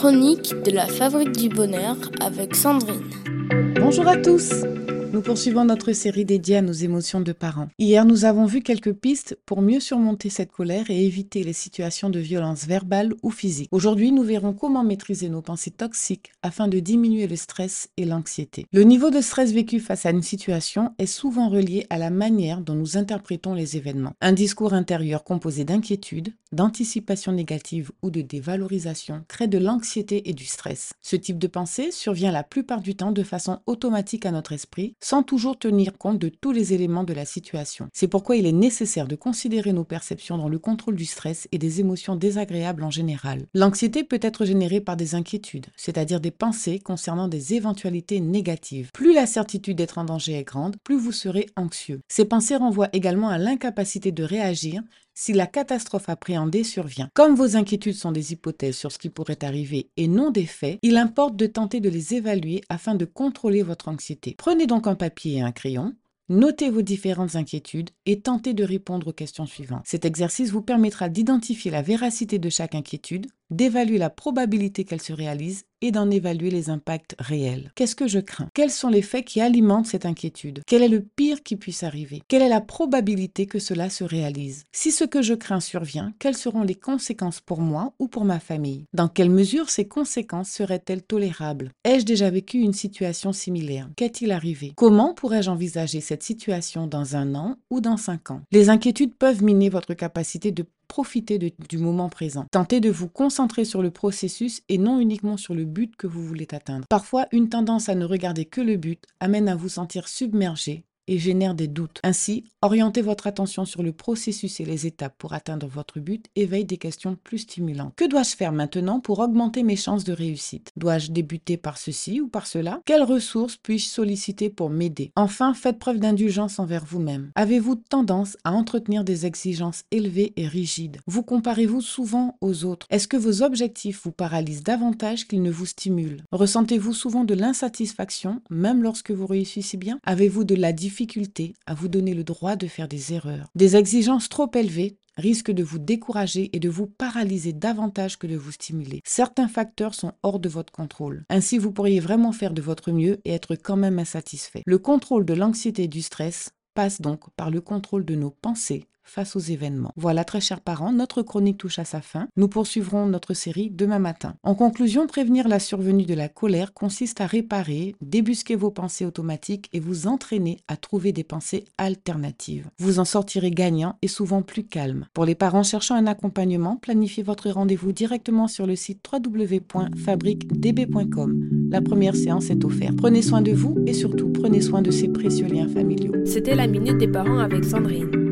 chronique de la Fabrique du Bonheur avec Sandrine. Bonjour à tous! Nous poursuivons notre série dédiée à nos émotions de parents. Hier, nous avons vu quelques pistes pour mieux surmonter cette colère et éviter les situations de violence verbale ou physique. Aujourd'hui, nous verrons comment maîtriser nos pensées toxiques afin de diminuer le stress et l'anxiété. Le niveau de stress vécu face à une situation est souvent relié à la manière dont nous interprétons les événements. Un discours intérieur composé d'inquiétude, d'anticipation négative ou de dévalorisation crée de l'anxiété et du stress. Ce type de pensée survient la plupart du temps de façon automatique à notre esprit, sans toujours tenir compte de tous les éléments de la situation. C'est pourquoi il est nécessaire de considérer nos perceptions dans le contrôle du stress et des émotions désagréables en général. L'anxiété peut être générée par des inquiétudes, c'est-à-dire des pensées concernant des éventualités négatives. Plus la certitude d'être en danger est grande, plus vous serez anxieux. Ces pensées renvoient également à l'incapacité de réagir si la catastrophe appréhendée survient. Comme vos inquiétudes sont des hypothèses sur ce qui pourrait arriver et non des faits, il importe de tenter de les évaluer afin de contrôler votre anxiété. Prenez donc un papier et un crayon, notez vos différentes inquiétudes et tentez de répondre aux questions suivantes. Cet exercice vous permettra d'identifier la véracité de chaque inquiétude, d'évaluer la probabilité qu'elle se réalise et d'en évaluer les impacts réels. Qu'est-ce que je crains? Quels sont les faits qui alimentent cette inquiétude? Quel est le pire qui puisse arriver? Quelle est la probabilité que cela se réalise? Si ce que je crains survient, quelles seront les conséquences pour moi ou pour ma famille? Dans quelle mesure ces conséquences seraient-elles tolérables? Ai-je déjà vécu une situation similaire? Qu'est-il arrivé? Comment pourrais-je envisager cette situation dans 1 an ou dans 5 ans? Les inquiétudes peuvent miner votre capacité de profiter du moment présent. Tentez de vous concentrer sur le processus et non uniquement sur le but que vous voulez atteindre. Parfois, une tendance à ne regarder que le but amène à vous sentir submergé et génère des doutes. Ainsi, orientez votre attention sur le processus et les étapes pour atteindre votre but éveille des questions plus stimulantes. Que dois-je faire maintenant pour augmenter mes chances de réussite? Dois-je débuter par ceci ou par cela? Quelles ressources puis-je solliciter pour m'aider? Enfin, faites preuve d'indulgence envers vous-même. Avez-vous tendance à entretenir des exigences élevées et rigides? Vous comparez-vous souvent aux autres? Est-ce que vos objectifs vous paralysent davantage qu'ils ne vous stimulent? Ressentez-vous souvent de l'insatisfaction, même lorsque vous réussissez bien? Avez-vous de la difficulté à vous donner le droit de faire des erreurs? Des exigences trop élevées risquent de vous décourager et de vous paralyser davantage que de vous stimuler. Certains facteurs sont hors de votre contrôle. Ainsi, vous pourriez vraiment faire de votre mieux et être quand même insatisfait. Le contrôle de l'anxiété et du stress passe donc par le contrôle de nos pensées face aux événements. Voilà, très chers parents, notre chronique touche à sa fin. Nous poursuivrons notre série demain matin. En conclusion, prévenir la survenue de la colère consiste à réparer, débusquer vos pensées automatiques et vous entraîner à trouver des pensées alternatives. Vous en sortirez gagnant et souvent plus calme. Pour les parents cherchant un accompagnement, planifiez votre rendez-vous directement sur le site www.fabriquedb.com. La première séance est offerte. Prenez soin de vous et surtout prenez soin de ces précieux liens familiaux. C'était la Minute des Parents avec Sandrine.